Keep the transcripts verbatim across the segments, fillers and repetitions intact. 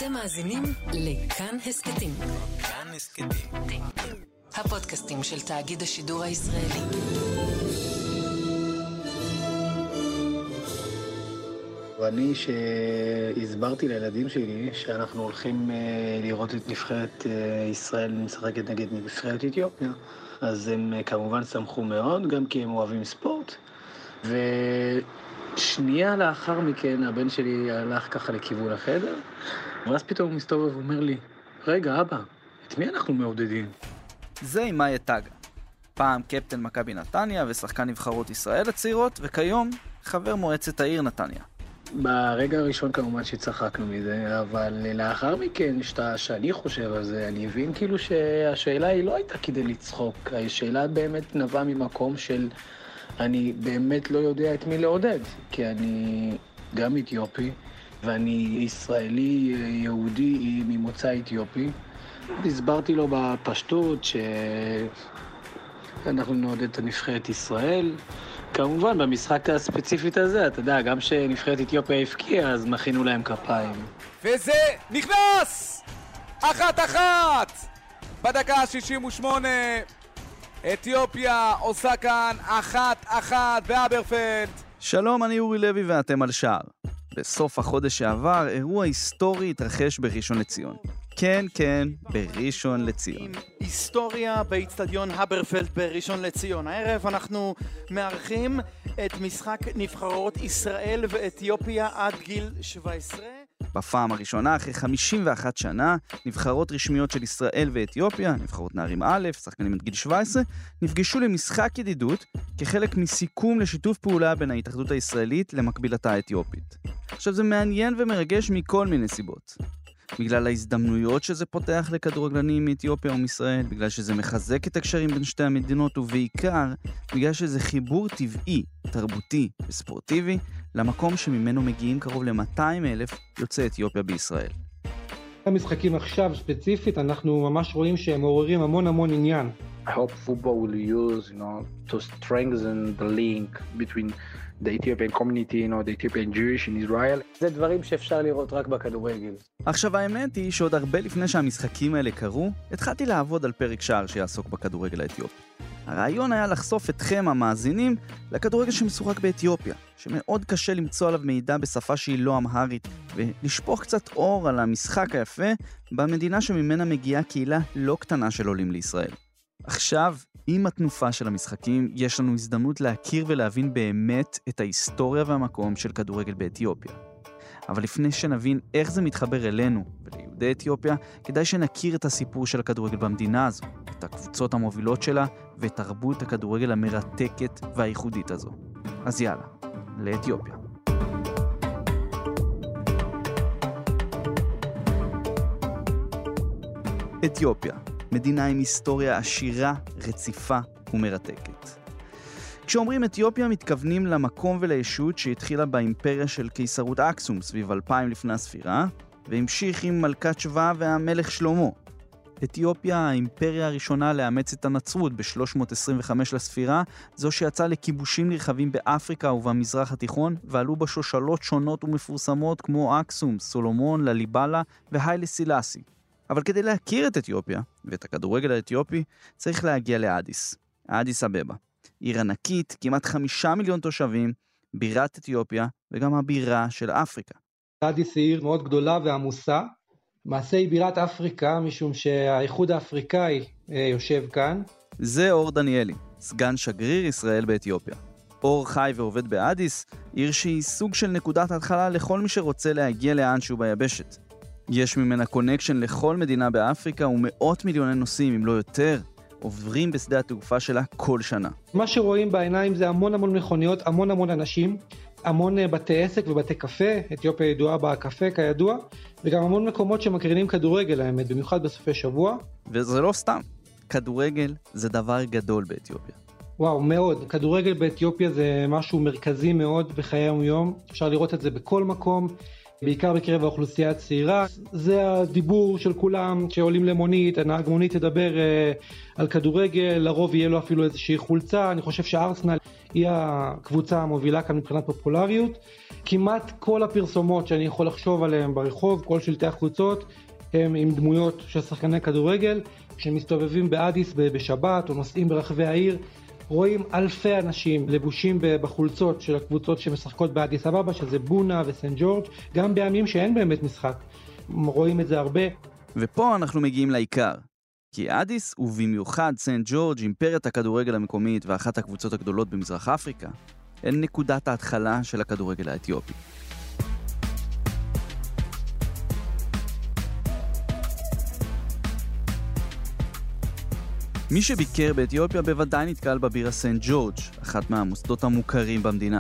אתם מאזינים לכאן הסקטים. כאן הסקטים. הפודקאסטים של תאגיד השידור הישראלי. ואני שהסברתי לילדים שלי שאנחנו הולכים לראות את נבחרת ישראל משחקת נגד נבחרת אתיופיה, אז הם כמובן שמחו מאוד, גם כי הם אוהבים ספורט. ושנייה לאחר מכן הבן שלי הלך ככה לכיוון החדר, ואז פתאום הוא מסתובב ואומר לי, רגע אבא, את מי אנחנו מעודדים? זה אימאי טאגה, פעם קפטן מכבי נתניה ושחקן נבחרות ישראל הצעירות, וכיום חבר מועצת העיר נתניה. ברגע הראשון כמובן שצחקנו מזה, אבל לאחר מכן, שאתה, שאני חושב על זה, אני מבין כאילו שהשאלה היא לא הייתה כדי לצחוק, השאלה באמת נבעה ממקום של אני באמת לא יודע את מי לעודד, כי אני גם אתיופי, ואני ישראלי יהודי ממוצא אתיופי. הסברתי לו בפשטות שאנחנו נעודד את נבחרת ישראל. כמובן, במשחק הספציפית הזה, אתה יודע, גם שנבחרת אתיופיה הפקיעה, אז מכינו להם כפיים. וזה נכנס! אחת אחת! בדקה ה-שישים ושמונה, אתיופיה עושה כאן אחת אחת באברפלד. שלום, אני אורי לוי ואתם על שער. בסוף החודש שעבר, אירוע היסטורי התרחש בראשון לציון. כן, כן, בראשון לציון. היסטוריה באצטדיון הברפלד בראשון לציון. הערב אנחנו מארחים את משחק נבחרות ישראל ואתיופיה עד גיל שבע עשרה. בפעם הראשונה, אחרי חמישים ואחת שנה, נבחרות רשמיות של ישראל ואתיופיה, נבחרות נערים א', שחקנים עד גיל שבע עשרה, נפגשו למשחק ידידות כחלק מסיכום לשיתוף פעולה בין ההתאחדות הישראלית למקבילתה האתיופית. עכשיו זה מעניין ומרגש מכל מיני סיבות. בגלל ההזדמנויות שזה פותח לכדורגלנים מאתיופיה ומישראל, בגלל שזה מחזק את הקשרים בין שתי המדינות, ובעיקר בגלל שזה חיבור טבעי, תרבותי וספורטיבי למקום שממנו מגיעים קרוב ל-מאתיים אלף יוצאי אתיופיה בישראל. המשחקים עכשיו ספציפית, אנחנו ממש רואים שהם מעוררים המון המון עניין. I hope football will use, you know, to strengthen the link between the Ethiopian community, you know, the Ethiopian Jewish in Israel. זה דברים שאפשר לראות רק בכדורגל. עכשיו האמת היא שעוד הרבה לפני שהמשחקים האלה קרו, התחלתי לעבוד על פרק שער שיעסוק בכדורגל האתיופי. הרעיון היה לחשוף אתכם המאזינים לכדורגל שמשוחק באתיופיה, שמאוד קשה למצוא עליו מידע בשפה שהיא לא אמהרית, ולשפוך קצת אור על המשחק היפה במדינה שממנה מגיעה קהילה לא קטנה של עולים לישראל. עכשיו, עם התנופה של המשחקים, יש לנו הזדמנות להכיר ולהבין באמת את ההיסטוריה והמקום של כדורגל באתיופיה. אבל לפני שנבין איך זה מתחבר אלינו וליהודי אתיופיה, כדאי שנכיר את הסיפור של הכדורגל במדינה הזו, את הקבוצות המובילות שלה ואת תרבות הכדורגל המרתקת והייחודית הזו. אז יאללה, לאתיופיה. אתיופיה, מדינה עם היסטוריה עשירה, רציפה ומרתקת. כשאומרים אתיופיה מתכוונים למקום ולישות שהתחילה באימפריה של קיסרות אקסום סביב אלפיים לפני הספירה, והמשיך עם מלכת שבא והמלך שלמה. אתיופיה, האימפריה הראשונה לאמץ את הנצרות ב-שלוש מאות עשרים וחמש לספירה, זו שיצאה לכיבושים נרחבים באפריקה ובמזרח התיכון, ועלו בה שושלות שונות ומפורסמות כמו אקסום, סולומון, לליבלה והיילה סילאסי. אבל כדי להכיר את אתיופיה ואת הכדורגל האתיופי, צריך להגיע לאדיס, אדיס אבבה. עיר ענקית, כמעט חמישה מיליון תושבים, בירת אתיופיה וגם הבירה של אפריקה. אדיס היא עיר מאוד גדולה ועמוסה, מעשה היא בירת אפריקה משום שהאיחוד האפריקאי אה, יושב כאן. זה אור דניאלי, סגן שגריר ישראל באתיופיה. אור חי ועובד באדיס, עיר שהיא סוג של נקודת התחלה לכל מי שרוצה להגיע לאנשהו ביבשת. יש ממנה קונקשן לכל מדינה באפריקה ומאות מיליוני נוסעים, אם לא יותר, עוברים בשדה התעופה שלה כל שנה. מה שרואים בעיניים זה המון המון מכוניות, המון המון אנשים, המון בתי עסק ובתי קפה, אתיופיה ידועה בקפה כידוע, וגם המון מקומות שמקרינים כדורגל האמת, במיוחד בסופי שבוע. וזה לא סתם, כדורגל זה דבר גדול באתיופיה. וואו, מאוד. כדורגל באתיופיה זה משהו מרכזי מאוד בחיי היום-יום, אפשר לראות את זה בכל מקום, בעיקר בקרב האוכלוסייה הצעירה. זה הדיבור של כולם שעולים למונית, הנהג מונית תדבר אה, על כדורגל, לרוב יהיה לו אפילו איזושהי חולצה. אני חושב שארסנל היא הקבוצה המובילה כאן מבחינת פופולריות. כמעט כל הפרסומות שאני יכול לחשוב עליהן ברחוב, כל שלטי החוצות, הם עם דמויות של שחקני כדורגל, שמסתובבים באדיס בשבת או נוסעים ברחבי העיר, רואים אלפי אנשים לבושים בחולצות של הקבוצות שמשחקות באדיס אבבה, שזה בונה וסן ג'ורג', גם בימים שאין באמת משחק. רואים את זה הרבה. ופה אנחנו מגיעים לעיקר. כי אדיס, ובמיוחד סן ג'ורג', אימפריית הכדורגל המקומית ואחת הקבוצות הגדולות במזרח אפריקה, הן נקודת ההתחלה של הכדורגל האתיופי. מי שביקר באתיופיה בוודאי נתקל בבירה סן ג'ורג', אחת מהמוסדות המוכרים במדינה.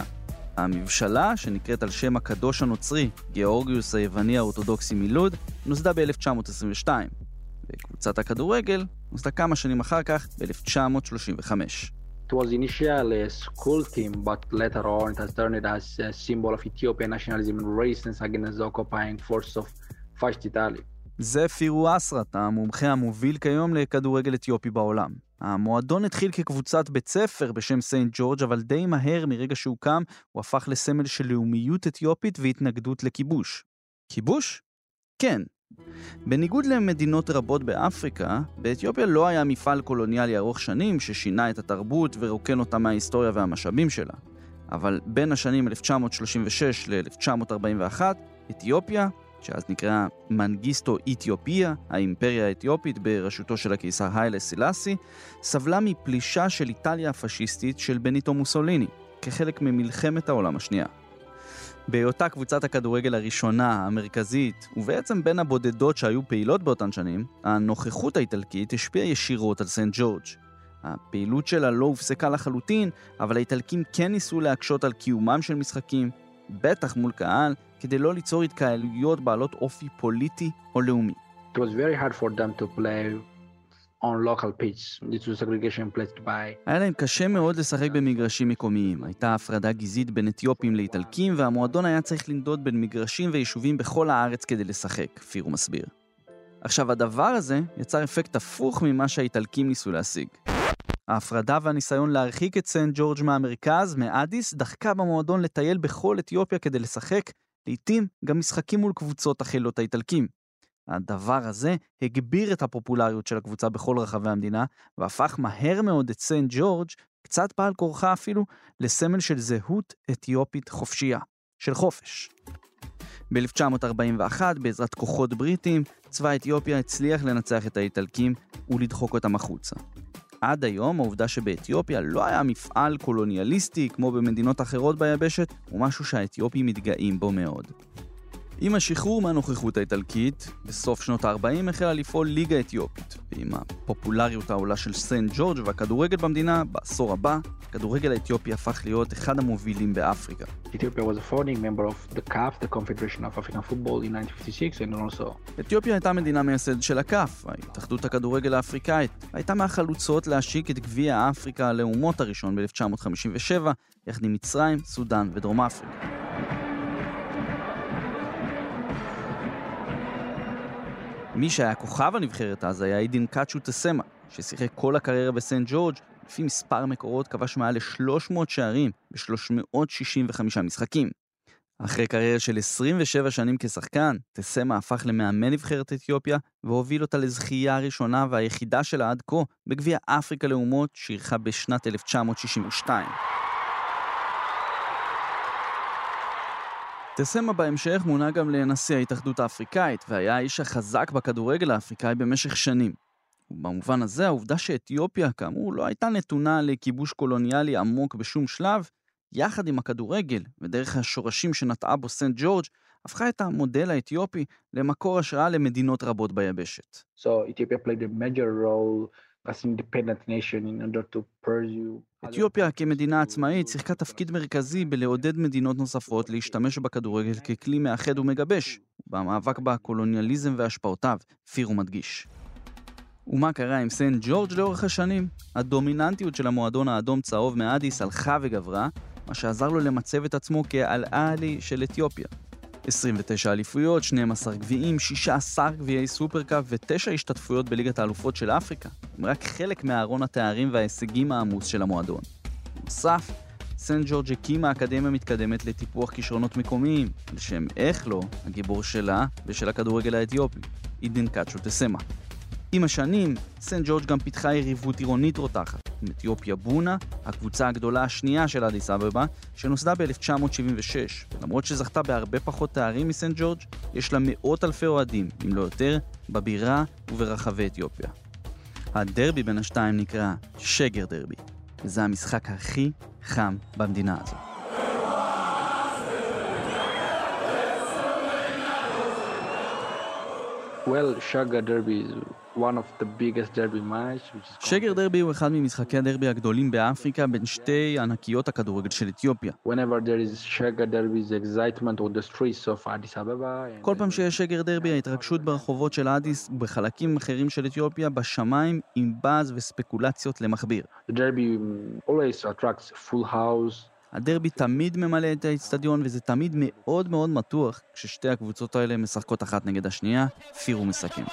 המבשלה, שנקראת על שם הקדוש הנוצרי, גיאורגיוס היווני האורתודוקסי מלוד, נוסדה ב-אלף תשע מאות עשרים ושתיים. וקבוצת הכדורגל נוסדה כמה שנים אחר כך, ב-אלף תשע מאות שלושים וחמש. It was initially a school team, but later on it has turned as a symbol of Ethiopian nationalism and resistance against the occupying forces of Fascist Italy. זה פירו אסרת, המומחה המוביל כיום לכדורגל אתיופי בעולם. המועדון התחיל כקבוצת בית ספר בשם סנט ג'ורג', אבל די מהר מרגע שהוא קם, הוא הפך לסמל של לאומיות אתיופית והתנגדות לכיבוש. כיבוש? כן. בניגוד למדינות רבות באפריקה, באתיופיה לא היה מפעל קולוניאלי ארוך שנים ששינה את התרבות ורוקן אותה מההיסטוריה והמשאבים שלה. אבל בין השנים אלף תשע מאות שלושים ושש ל-אלף תשע מאות ארבעים ואחת, אתיופיה, שאז נקרא מנגיסטו אתיופיה, האימפריה האתיופית בראשותו של הקיסר היילה סילאסי, סבלה מפלישה של איטליה הפשיסטית של בניטו מוסוליני, כחלק ממלחמת העולם השנייה. בהיותה קבוצת הכדורגל הראשונה, המרכזית, ובעצם בין הבודדות שהיו פעילות באותן שנים, הנוכחות האיטלקית השפיעה ישירות על סנט ג'ורג'. הפעילות שלה לא הופסקה לחלוטין, אבל האיטלקים כן ניסו להקשות על קיומם של משחקים, בטח מול קהל, כדי לא ליצור התקהלויות בעלות אופי פוליטי או לאומי. It was very hard for them to play on local pitch. This was segregation placed by... היה להם קשה מאוד לשחק במגרשים מקומיים. הייתה הפרדה גזעית בין אתיופים לאיטלקים, והמועדון היה צריך לנדוד בין מגרשים ויישובים בכל הארץ כדי לשחק, פירו מסביר. עכשיו, הדבר הזה יצר אפקט הפוך ממה שהאיטלקים ניסו להשיג. ההפרדה והניסיון להרחיק את סנט ג'ורג' מהמרכז, מאדיס, דחקה במועדון לטייל בכל אתיופיה כדי לשחק, לעתים גם משחקים מול קבוצות החילות האיטלקים. הדבר הזה הגביר את הפופולריות של הקבוצה בכל רחבי המדינה, והפך מהר מאוד את סנט ג'ורג', קצת בעל כורחה אפילו, לסמל של זהות אתיופית חופשייה, של חופש. ב-אלף תשע מאות ארבעים ואחת, בעזרת כוחות בריטים, צבא אתיופיה הצליח לנצח את האיטלקים ולדחוק אותם החוצה. עד היום, העובדה שבאתיופיה לא היה מפעל קולוניאליסטי כמו במדינות אחרות ביבשת, הוא משהו שהאתיופים מתגאים בו מאוד. עם השחרור מהנוכחות האיטלקית, בסוף שנות ה-ארבעים החלה לפעול ליגה אתיופית, ועם הפופולריות העולה של סנט ג'ורג' והכדורגל במדינה, בעשור הבא, הכדורגל האתיופי הפך להיות אחד המובילים באפריקה. Ethiopia was a founding member of the C A F, the Confederation of African Football, in nineteen fifty-six, and also... אתיופיה הייתה מדינה מייסד של ה-C A F, ההתאחדות הכדורגל האפריקאית. הייתה מהחלוצות להשיק את גביע אפריקה לאומות הראשון ב-אלף תשע מאות חמישים ושבע, יחד עם מצרים, סודן ודרום אפריקה. מי שהיה כוכב הנבחרת אז היה אידין קאצ'ו טסמה, ששיחק כל הקריירה בסנט ג'ורג', לפי מספר מקורות כבש מעל ל-שלוש מאות שערים ב-שלוש מאות שישים וחמישה משחקים. אחרי קריירה של עשרים ושבע שנים כשחקן, טסמה הפך למאמן נבחרת אתיופיה, והוביל אותה לזכייה הראשונה והיחידה שלה עד כה, בגביע אפריקה לאומות שאירחה בשנת אלף תשע מאות שישים ושתיים. טסמה בהמשך מונה גם לנשיא ההתאחדות האפריקאית, והיה האיש החזק בכדורגל האפריקאי במשך שנים. ובמובן הזה, העובדה שאתיופיה, כאמור, לא הייתה נתונה לכיבוש קולוניאלי עמוק בשום שלב, יחד עם הכדורגל ודרך השורשים שנטעה בו סנט ג'ורג', הפכה את המודל האתיופי למקור השראה למדינות רבות ביבשת. So Ethiopia played a major role as an independent nation in order to pursue... אתיופיה כמדינה עצמאית שיחקה תפקיד מרכזי בלעודד מדינות נוספות להשתמש בכדורגל ככלי מאחד ומגבש, במאבק בקולוניאליזם והשפעותיו, פירו מדגיש. ומה קרה עם סנט ג'ורג' לאורך השנים? הדומיננטיות של המועדון האדום צהוב מאדיס הלכה וגברה, מה שעזר לו למצב את עצמו כאל-אהלי של אתיופיה. עשרים ותשע אליפויות, שנים עשר גביעים, שישה עשר גביעי סופרקאפ ותשע השתתפויות בליגת האלופות של אפריקה. הם רק חלק מהארון התארים וההישגים העמוס של המועדון. בנוסף, סנט ג'ורג' הקימה אקדמיה מתקדמת לטיפוח כישרונות מקומיים, לשם איך לא, הגיבור שלה ושל הכדורגל האתיופי, אידן קאצ'ו תסמה. עם השנים, סנט ג'ורג' גם פיתחה יריבות עירונית רותחת, עם אתיופיה בונה, הקבוצה הגדולה השנייה של אדיס אבבה, שנוסדה ב-אלף תשע מאות שבעים ושש, ולמרות שזכתה בהרבה פחות תארים מסנט ג'ורג', יש לה מאות אלפי אוהדים, אם לא יותר, בבירה וברחבי אתיופיה. הדרבי בין השתיים נקרא שגר דרבי, וזה המשחק הכי חם במדינה הזו. Well, Shagar Derby is one of the biggest derby match. שגר דרבי הוא אחד ממשחקי הדרבי הגדולים באפריקה בין שתי ענקיות הכדורגל של אתיופיה. Whenever there is Shagar Derby, the excitement on the streets of Addis Ababa. כל פעם שיש שגר דרבי, ההתרגשות ברחובות של אדיס ובחלקים אחרים של אתיופיה בשמיים עם באז וספקולציות למכביר. The derby always attracts full house. הדרבי תמיד ממלא את האצטדיון, וזה תמיד מאוד מאוד מתוח כששתי הקבוצות האלה משחקות אחת נגד השנייה, פירו משחקים.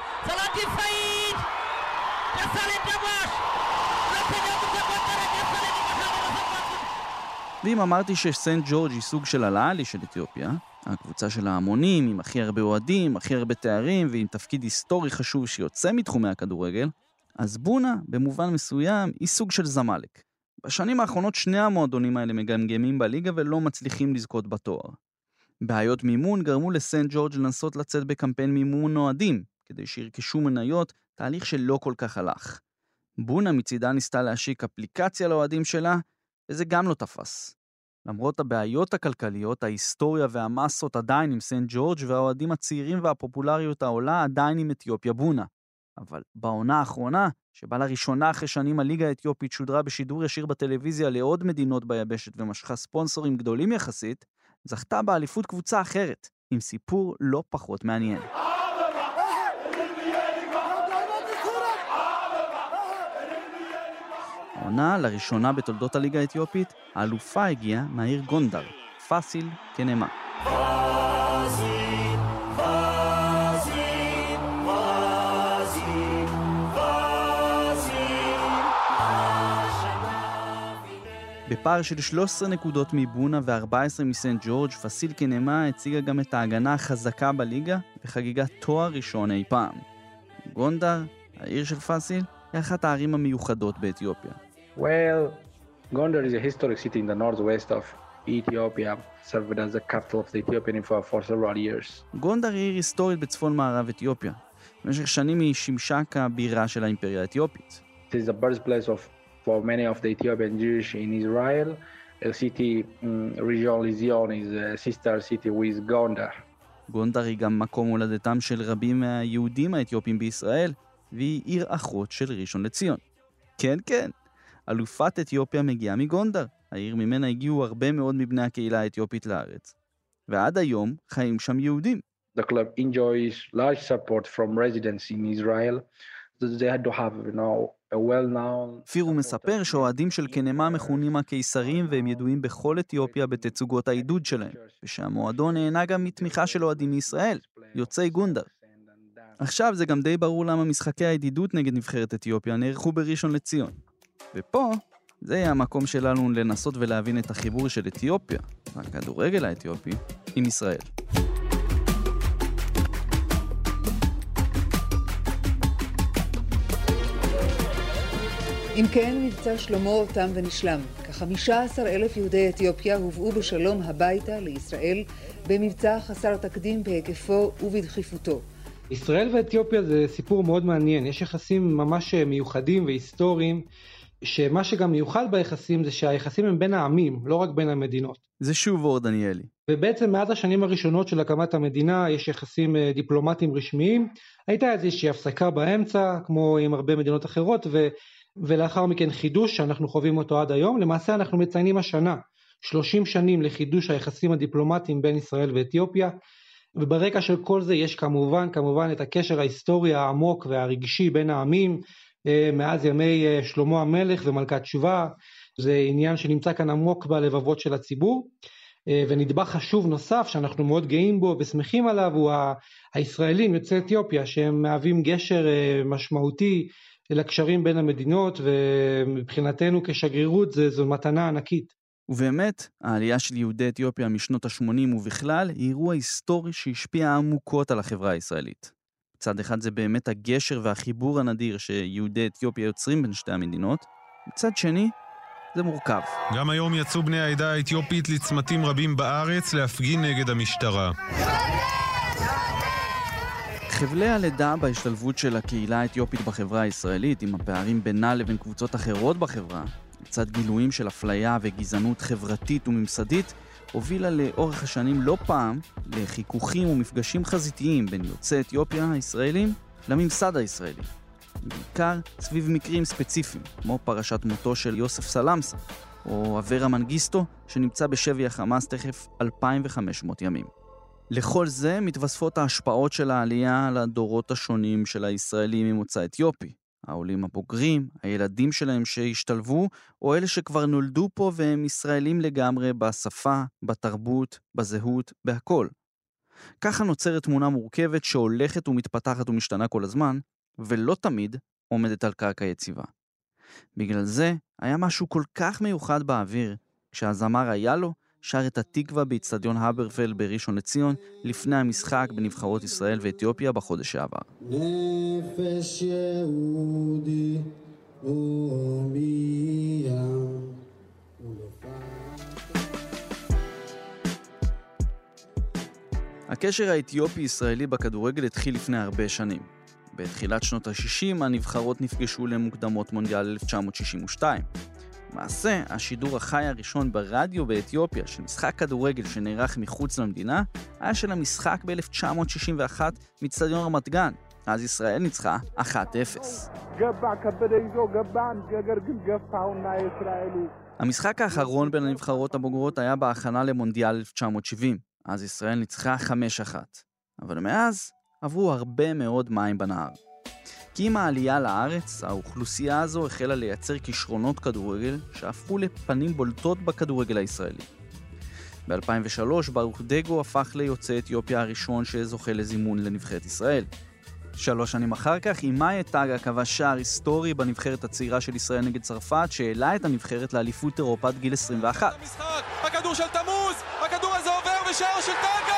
ואם אמרתי שסנט ג'ורג' היא סוג של הלאלי של אתיופיה, הקבוצה של ההמונים עם הכי הרבה אוהדים, הכי הרבה תארים ועם תפקיד היסטורי חשוב שיוצא מתחומי הכדורגל, אז בונה במובן מסוים היא סוג של זמלק. בשנים האחרונות שני המועדונים האלה מגמגמים בליגה ולא מצליחים לזכות בתואר. בעיות מימון גרמו לסנט ג'ורג' לנסות לצאת בקמפיין מימון אוהדים, כדי שירכשו מניות, תהליך שלא כל כך הלך. בונה מצידה ניסתה להשיק אפליקציה לאוהדים שלה, וזה גם לא תפס. למרות הבעיות הכלכליות, ההיסטוריה והמסות עדיין עם סנט ג'ורג' והאוהדים הצעירים והפופולריות העולה עדיין עם אתיופיה בונה. אבל בעונה האחרונה, שבה לראשונה אחרי שנים הליגה האתיופית שודרה בשידור ישיר בטלוויזיה לעוד מדינות ביבשת ומשכה ספונסורים גדולים יחסית, זכתה באליפות קבוצה אחרת, עם סיפור לא פחות מעניין. העונה, לראשונה בתולדות הליגה האתיופית, האלופה הגיעה מהעיר גונדר, פאסיל כנמה. בפער של שלוש עשרה נקודות מבונה ו-ארבע עשרה מסנט ג'ורג', פאסיל כנמה הציגה גם את ההגנה החזקה בליגה וחגיגה תואר ראשון אי פעם. גונדר, העיר של פאסיל, היא אחת הערים המיוחדות באתיופיה. Well, Gondar is a historic city in the northwest of Ethiopia, served as the capital of the Ethiopian Empire for several years. גונדר היא עיר היסטורית בצפון מערב אתיופיה. במשך שנים היא שימשה כבירה של האימפריה האתיופית. It is the birthplace of for many of the Ethiopian Jews in Israel. The city um, region Lizion is a sister city with Gondar. גונדר היא גם מקום הולדתם של רבים מהיהודים האתיופים בישראל, והיא עיר אחות של ראשון לציון. כן, כן, אלופת אתיופיה מגיעה מגונדר, העיר ממנה הגיעו הרבה מאוד מבני הקהילה האתיופית לארץ. ועד היום חיים שם יהודים. The club enjoys large support from residents in Israel. They had to have, you know, a well-known... פירו מספר שהאוהדים של כנמה מכונים הקיסרים והם ידועים בכל אתיופיה בתצוגות העידוד שלהם, ושהמועדון נהנה גם מתמיכה של אוהדים מישראל, יוצאי גונדר. עכשיו זה גם די ברור למה משחקי הידידות נגד נבחרת אתיופיה נערכו בראשון לציון. ופה זה יהיה המקום שלנו לנסות ולהבין את החיבור של אתיופיה, הכדורגל האתיופי, עם ישראל. אם כן, מבצע שלמה תם ונשלם. כ-חמישה עשר אלף יהודי אתיופיה הובאו בשלום הביתה לישראל במבצע חסר תקדים בהיקפו ובדחיפותו. ישראל ואתיופיה זה סיפור מאוד מעניין. יש יחסים ממש מיוחדים והיסטוריים, שמה שגם מיוחד ביחסים זה שהיחסים הם בין העמים, לא רק בין המדינות. זה שוב אור דניאלי. ובעצם מאז השנים הראשונות של הקמת המדינה יש יחסים דיפלומטיים רשמיים. הייתה איזושהי הפסקה באמצע, כמו עם הרבה מדינות אחרות, ו... ולאחר מכן חידוש שאנחנו חווים אותו עד היום. למעשה אנחנו מציינים השנה שלושים שנים לחידוש היחסים הדיפלומטיים בין ישראל ואתיופיה, וברקע של כל זה יש כמובן כמובן את הקשר ההיסטורי העמוק והרגשי בין העמים מאז ימי שלמה המלך ומלכת שבא. זה עניין שנמצא כאן עמוק בלבבות של הציבור, ונדבך חשוב נוסף שאנחנו מאוד גאים בו ושמחים עליו הוא הישראלים יוצאי אתיופיה, שהם מהווים גשר משמעותי לקשרים בין המדינות, ומבחינתנו כשגרירות זו מתנה ענקית. ובאמת, העלייה של יהודי אתיופיה משנות ה-שמונים ובכלל היא אירוע היסטורי שהשפיע עמוקות על החברה הישראלית. מצד אחד זה באמת הגשר והחיבור הנדיר שיהודי אתיופיה יוצרים בין שתי המדינות, מצד שני זה מורכב. גם היום יצאו בני העדה האתיופית לצמתים רבים בארץ להפגין נגד המשטרה. חבלי הלידה בהשתלבות של הקהילה האתיופית בחברה הישראלית, עם הפערים בינה לבין קבוצות אחרות בחברה, מצד גילויים של אפליה וגזענות חברתית וממסדית, הובילה לאורך השנים לא פעם לחיכוכים ומפגשים חזיתיים בין יוצאי אתיופיה הישראלים לממסד הישראלי. בעיקר סביב מקרים ספציפיים, כמו פרשת מותו של יוסף סלמסה, או אברה מנגיסטו, שנמצא בשבי החמאס תכף אלפיים וחמש מאות ימים. לכל זה מתווספות ההשפעות של העלייה על הדורות השונים של הישראלים ממוצא אתיופי. העולים הבוגרים, הילדים שלהם שהשתלבו, או אלה שכבר נולדו פה והם ישראלים לגמרי בשפה, בתרבות, בזהות, בהכל. ככה נוצרת תמונה מורכבת שהולכת ומתפתחת ומשתנה כל הזמן, ולא תמיד עומדת על קרקע יציבה. בגלל זה היה משהו כל כך מיוחד באוויר, כשהזמר היה לו שר את התקווה באצטדיון הברפלד בראשון לציון לפני המשחק בנבחרות ישראל ואתיופיה בחודש שעבר. נפש יהודי ומיה. הקשר האתיופי-ישראלי בכדורגל התחיל לפני הרבה שנים. בתחילת שנות ה-שישים הנבחרות נפגשו למוקדמות מונדיאל אלף תשע מאות שישים ושתיים. למעשה, השידור החי הראשון ברדיו באתיופיה של משחק כדורגל שנערך מחוץ למדינה היה של המשחק ב-אלף תשע מאות שישים ואחת מאצטדיון רמת גן. אז ישראל ניצחה אחת אפס. המשחק האחרון בין הנבחרות הבוגרות היה בהכנה למונדיאל אלף תשע מאות שבעים. אז ישראל ניצחה חמש אחת. אבל מאז עברו הרבה מאוד מים בנהר. כי עם העלייה לארץ, האוכלוסייה הזו החלה לייצר כישרונות כדורגל שהפכו לפנים בולטות בכדורגל הישראלי. ב-אלפיים ושלוש ברוך דגו הפך ליוצא אתיופיה הראשון שזוכה לזימון לנבחרת ישראל. שלוש שנים אחר כך, אימאי טאגה קבע שער היסטורי בנבחרת הצעירה של ישראל נגד צרפת, שהעלה את הנבחרת לאליפות אירופה עד גיל עשרים ואחת. המשחק, הכדור של תמוז, הכדור הזה עובר בשער של טאגה!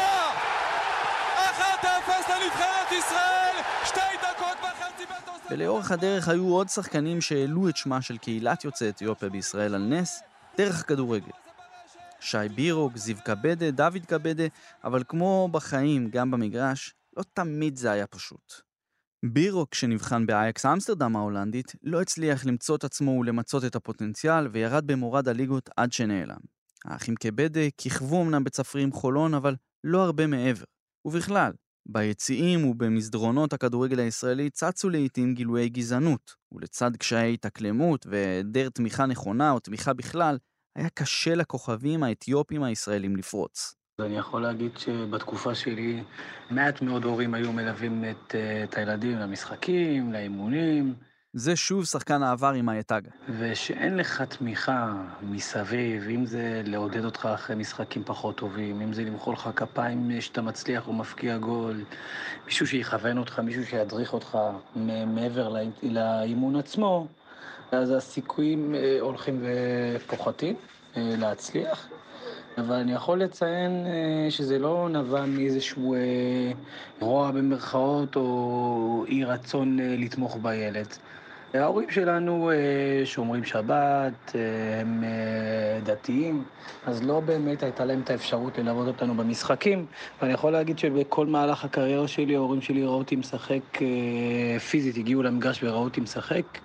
אחת אפס לנבחרת ישראל, שתי דקות וחצי בתוספת. ולאורך הדרך היו עוד שחקנים שהעלו את שמה של קהילת יוצאי אתיופיה בישראל על נס, דרך הכדורגל. שי בירוג, זיו קבדה, דוד קבדה, אבל כמו בחיים, גם במגרש, לא תמיד זה היה פשוט. בירוג, שנבחן באייקס אמסטרדם ההולנדית, לא הצליח למצוא את עצמו ולמצות את הפוטנציאל, וירד במורד הליגות עד שנעלם. האחים קבדה כיכבו אמנם בצפרים חולון, אבל לא הרבה מעבר. ובכלל, ביציעים ובמסדרונות הכדורגל הישראלי צצו לעתים גילויי גזענות, ולצד קשיי התאקלמות והיעדר תמיכה נכונה או תמיכה בכלל, היה קשה לכוכבים האתיופים הישראלים לפרוץ. אני יכול להגיד שבתקופה שלי מעט מאוד הורים היו מלווים את, את הילדים למשחקים, לאימונים. זה שוב שחקן העבר עם היתג. ושאין לך תמיכה מסביב, אם זה לעודד אותך אחרי משחקים פחות טובים, אם זה למחוא לך כפיים שאתה מצליח ומפקיע גול, מישהו שיכוון אותך, מישהו שידריך אותך מעבר לאימון עצמו, אז הסיכויים הולכים ופוחתים להצליח. אבל אני יכול לציין שזה לא נבע מאיזשהו רוע במרכאות או אי רצון לתמוך בילד. ההורים שלנו שומרים שבת, הם דתיים, אז לא באמת הייתה להם את האפשרות ללוות אותנו במשחקים. ואני יכול להגיד שבכל מהלך הקריירה שלי, ההורים שלי ראו אותי משחק פיזית, הגיעו למגרש וראו אותי משחק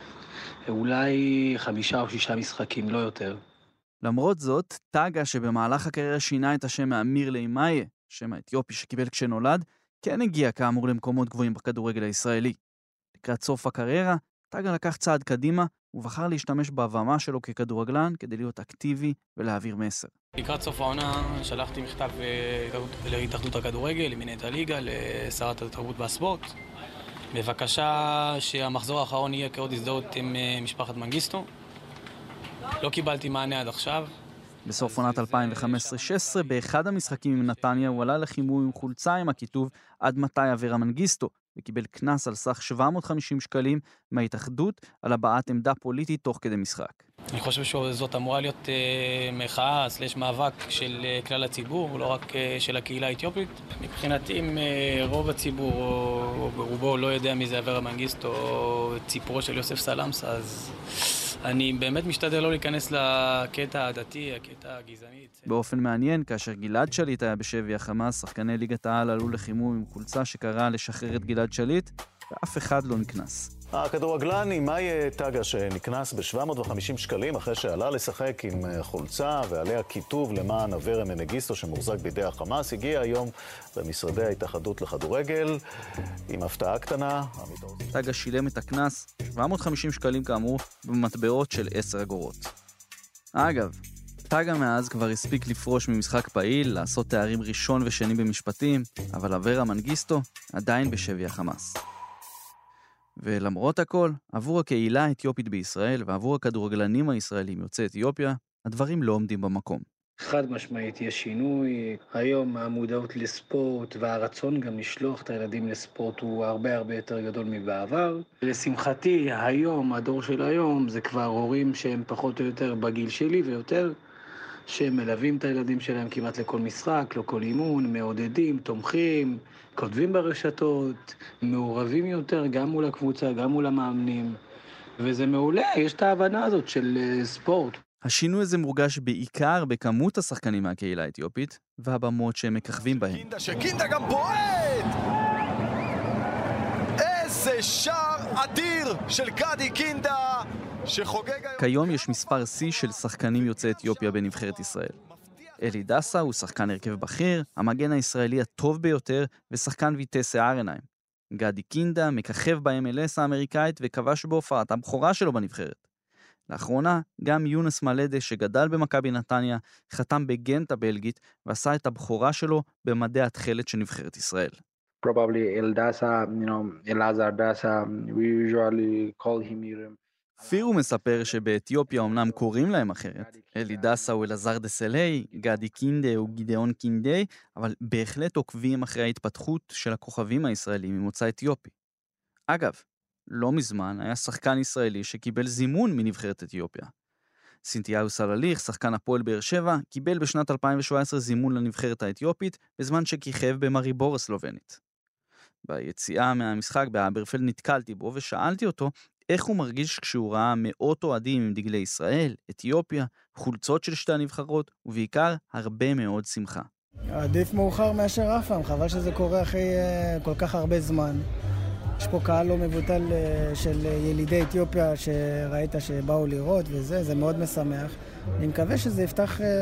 אולי חמישה או שישה משחקים, לא יותר. למרות זאת, טאגה שבמהלך הקריירה שינה את השם מאמיר לאימאי, שם האתיופי שקיבל כשנולד, כן הגיע כאמור למקומות גבוהים בכדורגל הישראלי. לקראת סוף הקריירה, טאגה לקח צעד קדימה ובחר להשתמש בבמה שלו ככדורגלן כדי להיות אקטיבי ולהעביר מסר. לקראת סוף העונה שלחתי מכתב להתאחדות הכדורגל, למנהלת הליגה, לשרת התרבות והספורט. בבקשה שהמחזור האחרון יהיה כעוד הזדהות עם משפחת מנגיסטו. לא קיבלתי מענה עד עכשיו. בסוף עונת אלפיים וחמש עשרה שש עשרה, באחד המשחקים עם נתניה, הוא עלה לחימום עם חולצה עם הכיתוב עד מתי אברה מנגיסטו, וקיבל קנס על סך שבע מאות וחמישים שקלים מההתאחדות על הבעת עמדה פוליטית תוך כדי משחק. אני חושב שזאת אמורה להיות אה, מחאה סלש מאבק של אה, כלל הציבור, לא רק אה, של הקהילה האתיופית. מבחינתי אם אה, רוב הציבור או, או ברובו לא יודע מי זה אברה מנגיסטו או ציפורו של יוסף סלמסה, אז אני באמת משתדל לא להיכנס לקטע הדתי, הקטע הגזעני. באופן מעניין, כאשר גלעד שליט היה בשבי החמאס, שחקני ליגת העל עלו לחימום עם חולצה שקראה לשחרר את גלעד שליט, ואף אחד לא נכנס. הכדורגלן אימאי טאגה שנכנס ב-שבע מאות וחמישים שקלים אחרי שעלה לשחק עם חולצה ועליה כיתוב למען אברה מנגיסטו שמוחזק בידי החמאס, הגיע היום במשרדי ההתאחדות לכדורגל עם הפתעה קטנה. טאגה שילם את הקנס, שבע מאות וחמישים שקלים כאמור, במטבעות של עשר אגורות. אגב, טאגה מאז כבר הספיק לפרוש ממשחק פעיל, לעשות תארים ראשון ושני במשפטים, אבל אברה מנגיסטו עדיין בשבי החמאס. ולמרות הכל, עבור הקהילה האתיופית בישראל ועבור הכדורגלנים הישראלים יוצאי אתיופיה, הדברים לא עומדים במקום. חד משמעית יש שינוי, היום המודעות לספורט והרצון גם לשלוח את הילדים לספורט הוא הרבה הרבה יותר גדול מבעבר. לשמחתי היום, הדור של היום, זה כבר הורים שהם פחות או יותר בגיל שלי ויותר, שהם מלווים את הילדים שלהם כמעט לכל משחק, לכל אימון, מעודדים, תומכים, כותבים ברשתות, מעורבים יותר גם מול הקבוצה, גם מול המאמנים, וזה מעולה, יש את ההבנה הזאת של ספורט. השינוי הזה מורגש בעיקר בכמות השחקנים מהקהילה האתיופית, והבמות שהם מככבים בהם. קינדה, שקינדה גם בועט! איזה שער אדיר של גדי קינדה! כיום יש מספר שיא של שחקנים יוצאי אתיופיה בנבחרת ישראל. אלי דסה הוא שחקן הרכב בכיר, המגן הישראלי הטוב ביותר ושחקן ויטסה ארנהיים. גדי קינדה מככב ב-אם אל אס האמריקאית וכבש בהופעת הבכורה שלו בנבחרת. לאחרונה גם יונס מלדה שגדל במכבי נתניה חתם בגנט הבלגית ועשה את הבכורה שלו במדי התחלת של נבחרת ישראל. Probably El Dasa, you know, Elazar Dasa, we usually call him Iram. פירו מספר שבאתיופיה אמנם קוראים להם אחרת. אלי דסה הוא אלעזר דסלי, גדי קינדה הוא גידאון קינדי, אבל בהחלט עוקבים אחרי ההתפתחות של הכוכבים הישראלים ממוצא אתיופי. אגב, לא מזמן היה שחקן ישראלי שקיבל זימון מנבחרת אתיופיה. סינתיהו סלליך, שחקן הפועל באר שבע, קיבל בשנת אלפיים שבע עשרה זימון לנבחרת האתיופית, בזמן שכיכב במריבור הסלובנית. ביציאה מהמשחק באברפלד נתקלתי בו ושאלתי אותו איך הוא מרגיש כשהוא ראה מאות אוהדים עם דגלי ישראל, אתיופיה, חולצות של שתי הנבחרות, ובעיקר הרבה מאוד שמחה. עדיף מאוחר מאשר אף פעם, חבל שזה קורה אחרי uh, כל כך הרבה זמן. יש פה קהל לא מבוטל uh, של ילידי אתיופיה שראית שבאו לראות וזה, זה מאוד משמח. אני מקווה שזה יפתח uh,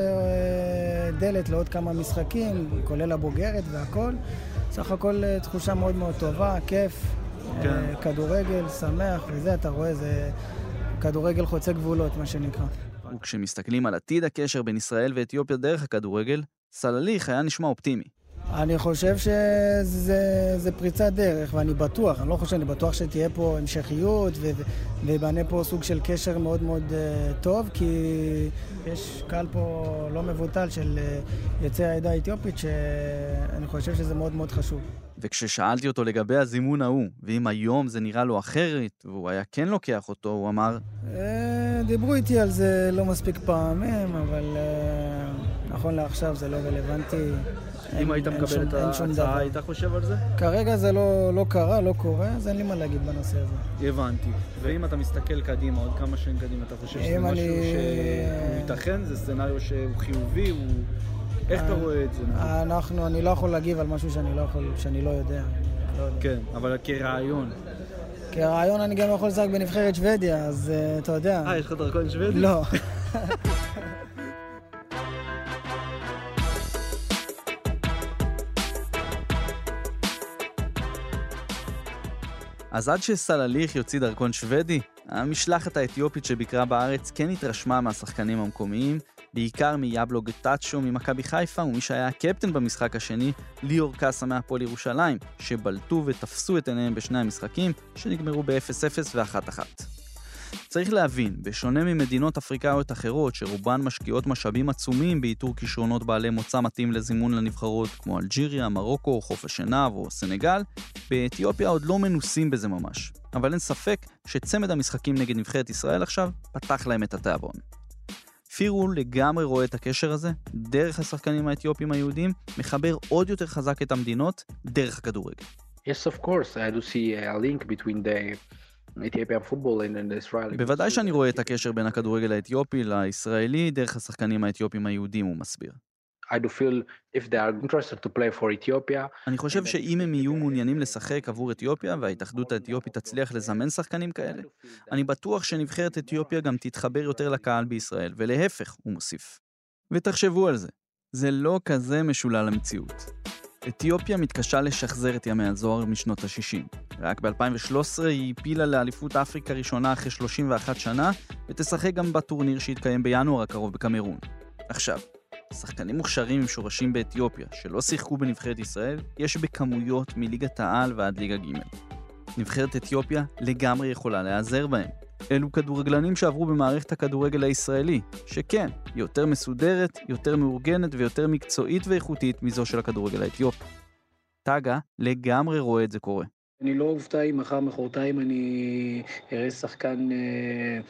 דלת לעוד כמה משחקים, כולל הבוגרת והכל. סך הכל uh, תחושה מאוד מאוד טובה, כיף. כן. כדורגל, שמח, וזה אתה רואה, זה כדורגל חוצה גבולות, מה שנקרא. וכשמסתכלים על עתיד הקשר בין ישראל ואתיופיה דרך הכדורגל, סלליך היה נשמע אופטימי. אני חושב שזה זה פריצת דרך, ואני בטוח, אני לא חושב, אני בטוח שתהיה פה המשכיות, ובנה פה סוג של קשר מאוד מאוד uh, טוב, כי יש קהל פה לא מבוטל של uh, יוצאי העדה האתיופית, שאני חושב שזה מאוד מאוד חשוב. וכששאלתי אותו לגבי הזימון ההוא, ואם היום זה נראה לו אחרת, והוא היה כן לוקח אותו, הוא אמר... דיברו איתי על זה לא מספיק פעמים, אבל נכון לעכשיו זה לא רלוונטי. אם היית מקבל את ההצעה, היית חושב על זה? כרגע זה לא קרה, לא קורה, אז אין לי מה להגיד בנושא הזה. הבנתי. ואם אתה מסתכל קדימה, עוד כמה שנים קדימה, אתה חושב שזה משהו שהוא ייתכן? זה סצנריו שהוא חיובי, הוא... איך אתה רואה את זה? אנחנו, אני לא יכול להגיב על משהו שאני לא יכול, שאני לא יודע. כן, אבל כרעיון. כרעיון אני גם יכול לשחק בנבחרת שוודיה, אז אתה יודע. אה, יש לך דרכון שוודי? לא. אז עד שסלליך יוציא דרכון שוודי, המשלחת האתיופית שביקרה בארץ כן התרשמה מהשחקנים המקומיים, בעיקר מיאבלו גטאצ'ו ממכבי חיפה, ומי שהיה הקפטן במשחק השני, ליאור קאסה מהפועל ירושלים, שבלטו ותפסו את עיניהם בשני המשחקים, שנגמרו ב-אפס אפס ו-אחת אחת. צריך להבין, בשונה ממדינות אפריקאיות אחרות שרובן משקיעות משאבים עצומים באיתור כישרונות בעלי מוצא מתאים לזימון לנבחרות כמו אלג'יריה, מרוקו, חופש עינב או סנגל, באתיופיה עוד לא מנוסים בזה ממש. אבל אין ספק שצמד המשחקים נגד נבחרת ישראל עכשיו פתח להם את התיאבון. פירו לגמרי רואה את הקשר הזה, דרך השחקנים האתיופים היהודים, מחבר עוד יותר חזק את המדינות דרך הכדורגל. Yes, of course. I do see a link between the Ethiopian football and the Israeli. בוודאי שאני רואה את הקשר בין הכדורגל האתיופי לישראלי דרך השחקנים האתיופים היהודים, הוא מסביר. I do feel if they are interested to play for Ethiopia. אני חושב שאם הם יהיו מעוניינים לשחק עבור אתיופיה וההתאחדות האתיופית תצליח לזמן שחקנים כאלה, אני בטוח שנבחרת אתיופיה גם תתחבר יותר לקהל בישראל, ולהפך, הוא מוסיף. ותחשבו על זה, זה לא כזה משולל המציאות. אתיופיה מתקשה לשחזר את ימי הזוהר משנות ה-שישים. רק ב-אלפיים ושלוש עשרה היא הפילה לאליפות אפריקה ראשונה אחרי שלושים ואחת שנה, ותשחק גם בטורניר שהתקיים בינואר הקרוב בקמרון. עכשיו, שחקנים מוכשרים עם שורשים באתיופיה שלא שיחקו בנבחרת ישראל, יש בכמויות מליגת העל ועד ליגה ג'. נבחרת אתיופיה לגמרי יכולה להיעזר בהם. אלו כדורגלנים שעברו במערכת הכדורגל הישראלי, שכן, היא יותר מסודרת, יותר מאורגנת ויותר מקצועית ואיכותית מזו של הכדורגל האתיופי. טאגה לגמרי רואה את זה קורה. אני לא אופתע אם מחר מחרתיים אני אראה שחקן אה,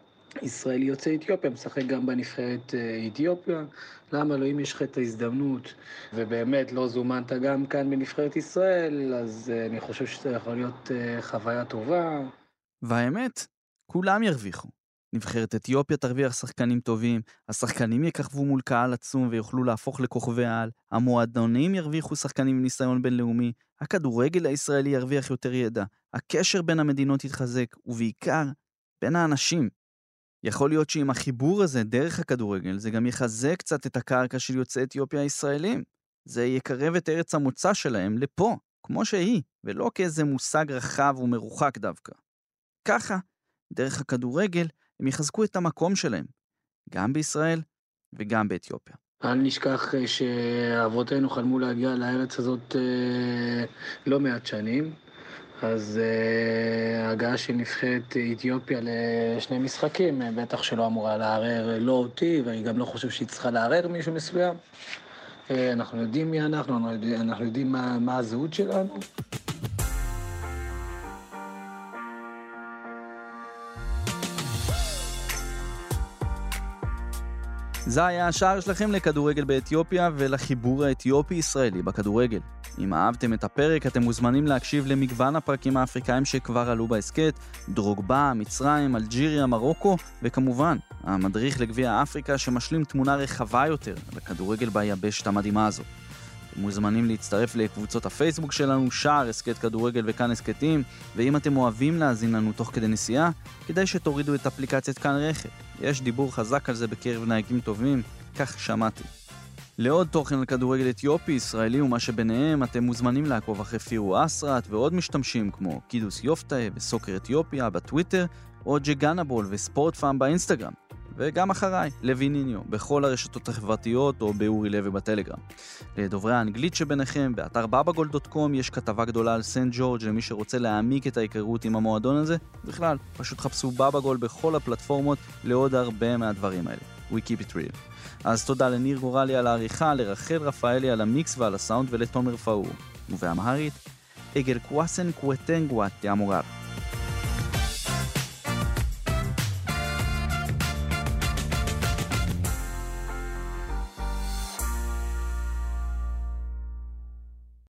ישראלי יוצא אתיופיה, משחק גם בנבחרת אה, אתיופיה. למה לא? אם יש לך את ההזדמנות, ובאמת לא זומנת גם כאן בנבחרת ישראל, אז אה, אני חושב שזה יכול להיות אה, חוויה טובה. והאמת, כולם ירוויחו. נבחרת אתיופיה תרוויח שחקנים טובים, השחקנים יככבו מול קהל עצום ויוכלו להפוך לכוכבי העל, המועדונים ירוויחו שחקנים עם ניסיון בינלאומי, הכדורגל הישראלי ירוויח יותר ידע, הקשר בין המדינות יתחזק, ובעיקר בין האנשים. יכול להיות שעם החיבור הזה דרך הכדורגל, זה גם יחזק קצת את הקרקע של יוצאי אתיופיה הישראלים. זה יקרב את ארץ המוצא שלהם לפה, כמו שהיא, ולא כאיזה מושג רחב ומרוחק דווקא. ככה, דרך הכדורגל, הם יחזקו את המקום שלהם, גם בישראל וגם באתיופיה. אל נשכח שאבותינו חלמו להגיע לארץ הזאת לא מעט שנים, אז ההגעה של נבחרת אתיופיה לשני משחקים, בטח שלא אמורה לערער לא אותי, ואני גם לא חושב שהיא צריכה לערער מישהו מסוים. אנחנו יודעים מי אנחנו, אנחנו יודעים מה, מה הזהות שלנו. זה היה השער שלכם לכדורגל באתיופיה ולחיבור האתיופי-ישראלי בכדורגל. אם אהבתם את הפרק, אתם מוזמנים להקשיב למגוון הפרקים האפריקאים שכבר עלו בעסקת, דרוגבה, מצרים, אלג'יריה, מרוקו, וכמובן, המדריך לגביע אפריקה שמשלים תמונה רחבה יותר על הכדורגל ביבשת המדהימה הזו. אתם מוזמנים להצטרף לקבוצות הפייסבוק שלנו, שער, עסקת כדורגל וכאן עסקתים, ואם אתם אוהבים להאזין לנו תוך כדי נסיעה, כדאי שתורידו את אפליקציית כאן רכב. יש דיבור חזק על זה בקרב נהגים טובים, כך שמעתי. לעוד תוכן על כדורגל אתיופי, ישראלי ומה שביניהם, אתם מוזמנים לעקוב אחרי פירו אסרת ועוד משתמשים כמו קידוס יופטה וסוקר אתיופיה בטוויטר, או ג'גנבול וספורט פאם באינסטגרם. וגם אחריי, לוי ניניו, בכל הרשתות החברתיות או באורי לוי בטלגרם. לדוברי האנגלית שביניכם, באתר בבגול דוט קום יש כתבה גדולה על סנט ג'ורג' למי שרוצה להעמיק את ההיכרות עם המועדון הזה. בכלל, פשוט חפשו בבגול בכל הפלטפורמות לעוד הרבה מהדברים האלה. We keep it real. אז תודה לניר גורלי על העריכה, לרחל רפאלי על המיקס ועל הסאונד ולתומר פאור. ובאמהרית, אגל קוואסן קווטנגוואט תאמורר.